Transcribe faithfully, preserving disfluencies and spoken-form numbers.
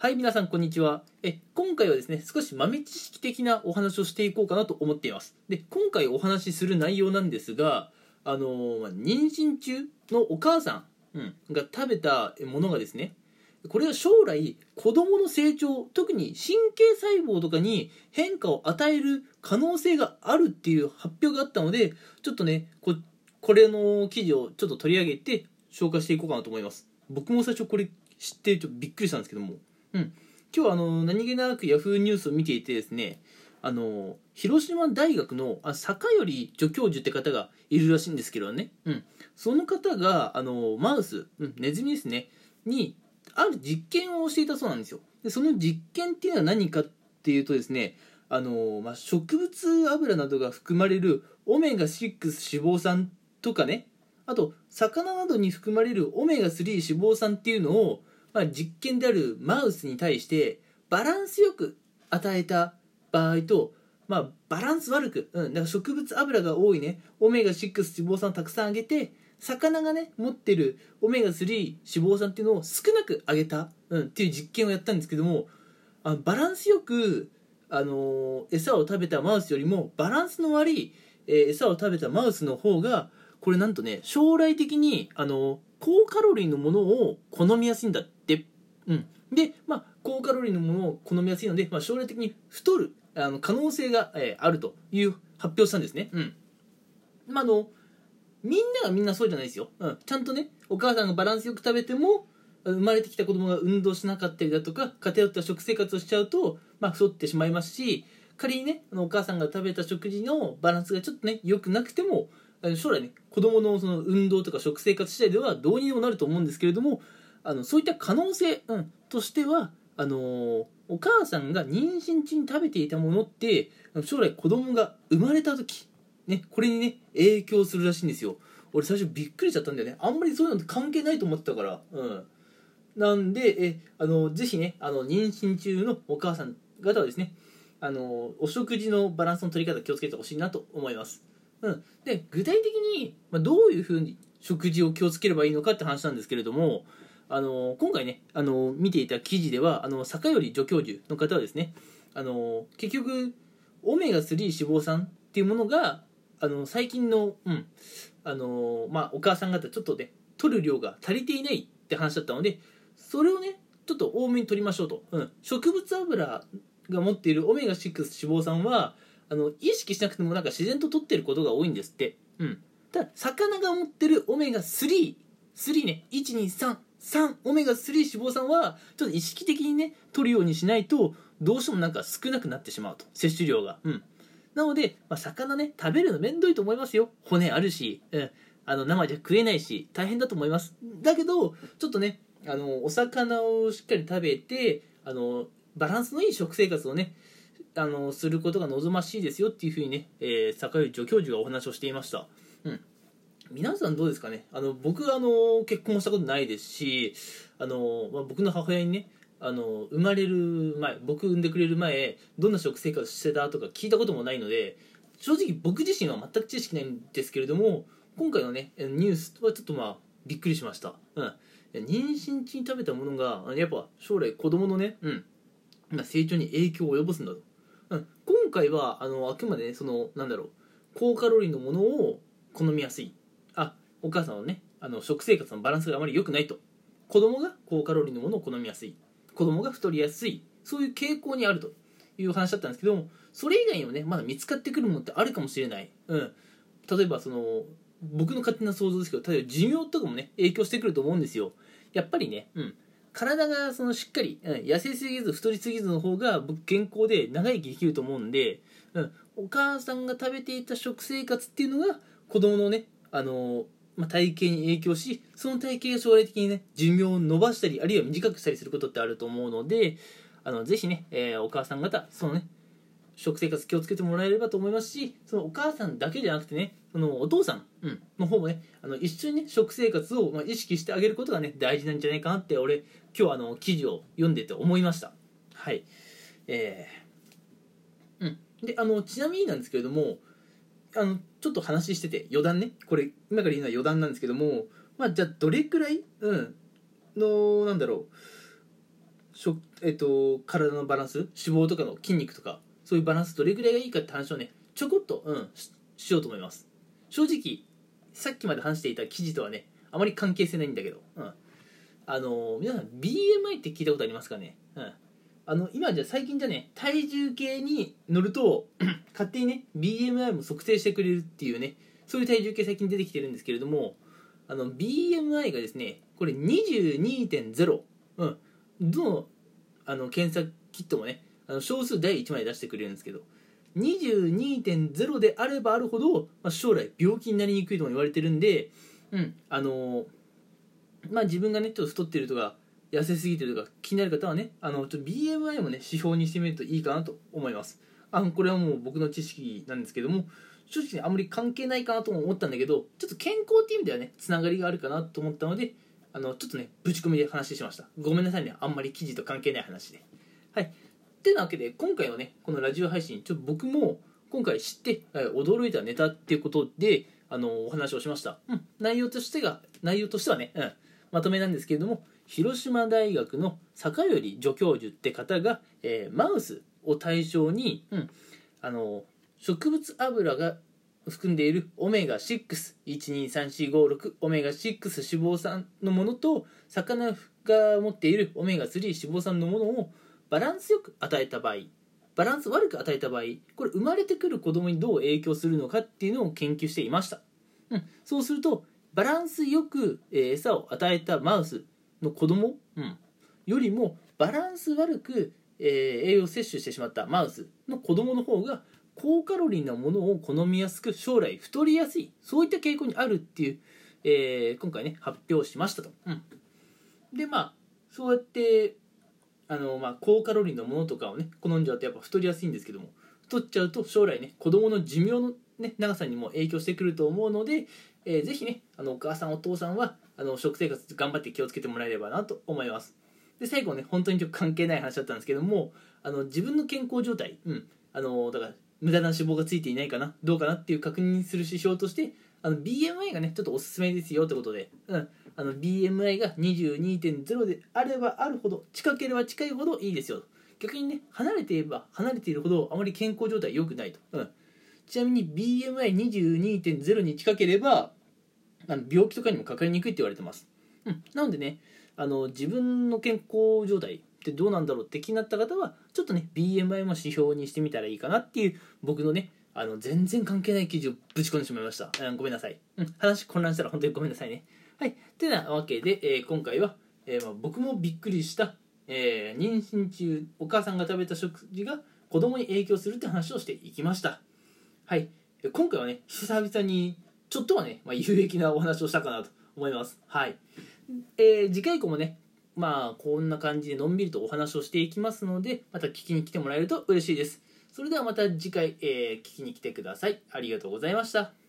はい、皆さんこんにちは。え今回はですね、少し豆知識的なお話をしていこうかなと思っています。で、今回お話しする内容なんですが、あのーまあ妊娠中のお母さん、うん、が食べたものがですね、これは将来子供の成長、特に神経細胞とかに変化を与える可能性があるっていう発表があったので、ちょっとね、ここれの記事をちょっと取り上げて紹介していこうかなと思います。僕も最初これ知ってちょっとびっくりしたんですけども、うん、今日はあの何気なくヤフーニュースを見ていてですね、あの広島大学のあ坂寄助教授って方がいるらしいんですけどね、うん、その方があのマウス、うん、ネズミですねにある実験をしていたそうなんですよ。でその実験っていうのは何かっていうとですね、あの、まあ、植物油などが含まれるオメガシックス脂肪酸とかね、あと魚などに含まれるオメガスリー脂肪酸っていうのを、まあ、実験であるマウスに対してバランスよく与えた場合と、まあ、バランス悪く、うん、だから植物油が多いねオメガシックス脂肪酸をたくさんあげて、魚がね持ってるオメガスリー脂肪酸っていうのを少なく上げた、うん、っていう実験をやったんですけども、あのバランスよく、あのー、餌を食べたマウスよりもバランスの悪い、えー、餌を食べたマウスの方がこれなんとね将来的に、あのー、高カロリーのものを好みやすいんだって、うん、で、まあ、高カロリーのものを好みやすいので、まあ、将来的に太るあの可能性が、えー、あるという発表したんですね。うんまあ、あのみんながみんなそうじゃないですよ、うん、ちゃんとねお母さんがバランスよく食べても生まれてきた子供が運動しなかったりだとか偏った食生活をしちゃうと、まあ、太ってしまいますし、仮にねあのお母さんが食べた食事のバランスがちょっとね良くなくても将来ね子供のその運動とか食生活次第ではどうにでもなると思うんですけれども、あのそういった可能性、うん、としてはあのー、お母さんが妊娠中に食べていたものって将来子供が生まれた時ね、これにね影響するらしいんですよ。俺最初びっくりしちゃったんだよね。あんまりそういうのって関係ないと思ってたから、うん、なんでえあのぜひねあの妊娠中のお母さん方はですね、あのお食事のバランスの取り方気をつけてほしいなと思います。うん、で具体的に、まあ、どういうふうに食事を気をつければいいのかって話なんですけれども、あの今回ねあの見ていた記事ではあの坂寄助教授の方はですね、あの結局オメガスリー脂肪酸っていうものがあの最近の、うんあのまあ、お母さん方ちょっとね取る量が足りていないって話だったので、それをねちょっと多めに取りましょうと、うん、植物油が持っているオメガシックス脂肪酸はあの意識しなくてもなんか自然と取ってることが多いんですって、うん、ただ魚が持ってるオメガスリー、スリーね、いちにさん、さんオメガスリー脂肪酸はちょっと意識的にね取るようにしないとどうしてもなんか少なくなってしまうと、摂取量が、うんなので、まあ、魚ね食べるのめんどいと思いますよ。骨あるし、うん、あの生じゃ食えないし大変だと思います。だけどちょっとねあのお魚をしっかり食べてあのバランスのいい食生活をねあのすることが望ましいですよっていうふうにね、えー、坂井助教授がお話をしていました。うん皆さんどうですかね。あの僕はあの結婚したことないですし、あの、まあ、僕の母親にねあの生まれる前、僕産んでくれる前どんな食生活してたとか聞いたこともないので、正直僕自身は全く知識ないんですけれども、今回のねニュースはちょっとまあびっくりしました。うん、妊娠中に食べたものがやっぱ将来子供のね、うん、成長に影響を及ぼすんだと、うん、今回はあのあくまでねそのなんだろう高カロリーのものを好みやすい、あお母さんはねあの食生活のバランスがあまり良くないと、子供が高カロリーのものを好みやすい、子供が太りやすい、そういう傾向にあるという話だったんですけども、それ以外にもねまだ見つかってくるものってあるかもしれない、うん、例えばその僕の勝手な想像ですけど、例えば寿命とかもね影響してくると思うんですよ。やっぱりね、うん、体がそのしっかり、うん、痩せすぎず太りすぎずの方が僕健康で長生きできると思うんで、うん、お母さんが食べていた食生活っていうのが子供のねあのまあ、体型に影響し、その体型が将来的にね寿命を伸ばしたりあるいは短くしたりすることってあると思うので、あのぜひね、えー、お母さん方そのね食生活気をつけてもらえればと思いますし、そのお母さんだけじゃなくてねそのお父さん、うん、の方もねあの一緒にね食生活を、まあ、意識してあげることがね大事なんじゃないかなって俺今日あの記事を読んでて思いました。はいえー、うんであのちなみになんですけれども、あのちょっと話してて余談ね、これ今から言うのは余談なんですけども、まあじゃあどれくらい、うん、のなんだろう食、えっと、体のバランス、脂肪とかの筋肉とかそういうバランスどれぐらいがいいかって話をねちょこっと、うん、し, しようと思います。正直さっきまで話していた記事とはねあまり関係性ないんだけど、うん、あの皆さん ビーエムアイ って聞いたことありますかね、うん、あの今じゃ最近じゃね体重計に乗ると勝手にね ビーエムアイ も測定してくれるっていうねそういう体重計最近出てきてるんですけれども、あの ビーエムアイ がですねこれ にじゅうにてんゼロ、うん、どのあの検査キットもねあの小数だいいちまで出してくれるんですけど にじゅうにてんゼロ であればあるほど、まあ、将来病気になりにくいとも言われてるんで、うんあのー、まあ自分がねちょっと太ってるとか痩せすぎてるとか気になる方はねあのちょっと ビーエムアイ もね指標にしてみるといいかなと思います。あのこれはもう僕の知識なんですけども正直、ね、あんまり関係ないかなとも思ったんだけどちょっと健康っていう意味ではねつながりがあるかなと思ったのであのちょっとねぶち込みで話しました。ごめんなさいねあんまり記事と関係ない話で。はいってなわけで今回はねこのラジオ配信ちょっと僕も今回知って、えー、驚いたネタっていうことであのお話をしました、うん、内容としてが内容としてはね、うん、まとめなんですけれども広島大学の坂頼助教授って方が、えー、マウスを対象に、うん、あの植物油が含んでいるオメガろく、いちにさんしごろくオメガろく脂肪酸のものと魚が持っているオメガさん脂肪酸のものをバランスよく与えた場合バランス悪く与えた場合これ生まれてくる子供にどう影響するのかっていうのを研究していました、うん、そうするとバランスよく餌を与えたマウスの子供、うん、よりもバランス悪く、えー、栄養を摂取してしまったマウスの子供の方が高カロリーなものを好みやすく将来太りやすいそういった傾向にあるっていう、えー、今回ね発表しましたと、うん、でまあそうやってあの、まあ、高カロリーのものとかをね好んじゃうとやっぱ太りやすいんですけども太っちゃうと将来ね子供の寿命の、ね、長さにも影響してくると思うので、えー、ぜひねあのお母さんお父さんはあの食生活頑張って気をつけてもらえればなと思います。で最後ね本当にちょっと関係ない話だったんですけどもあの自分の健康状態、うん、あのだから無駄な脂肪がついていないかなどうかなっていう確認する指標としてあの ビーエムアイ がねちょっとおすすめですよってことで、うん、あの ビーエムアイ が にじゅうにてんゼロ であればあるほど近ければ近いほどいいですよ。逆にね離れていれば離れているほどあまり健康状態良くないと、うん、ちなみに ビーエムアイにじゅうにてんゼロ に近ければあの病気とかにもかかりにくいって言われてます、うん、なのでねあの自分の健康状態ってどうなんだろうって気になった方はちょっとね ビーエムアイ も指標にしてみたらいいかなっていう僕のねあの全然関係ない記事をぶち込んでしまいました、うん、ごめんなさい、うん、話混乱したら本当にごめんなさいね。はいてなわけで、えー、今回は、えーまあ、僕もびっくりした、えー、妊娠中お母さんが食べた食事が子供に影響するって話をしていきました。はい今回はね久々にちょっとはね、まあ、有益なお話をしたかなと思います。はい、えー、次回以降もねまあこんな感じでのんびりとお話をしていきますのでまた聞きに来てもらえると嬉しいです。それではまた次回、えー、聞きに来てください。ありがとうございました。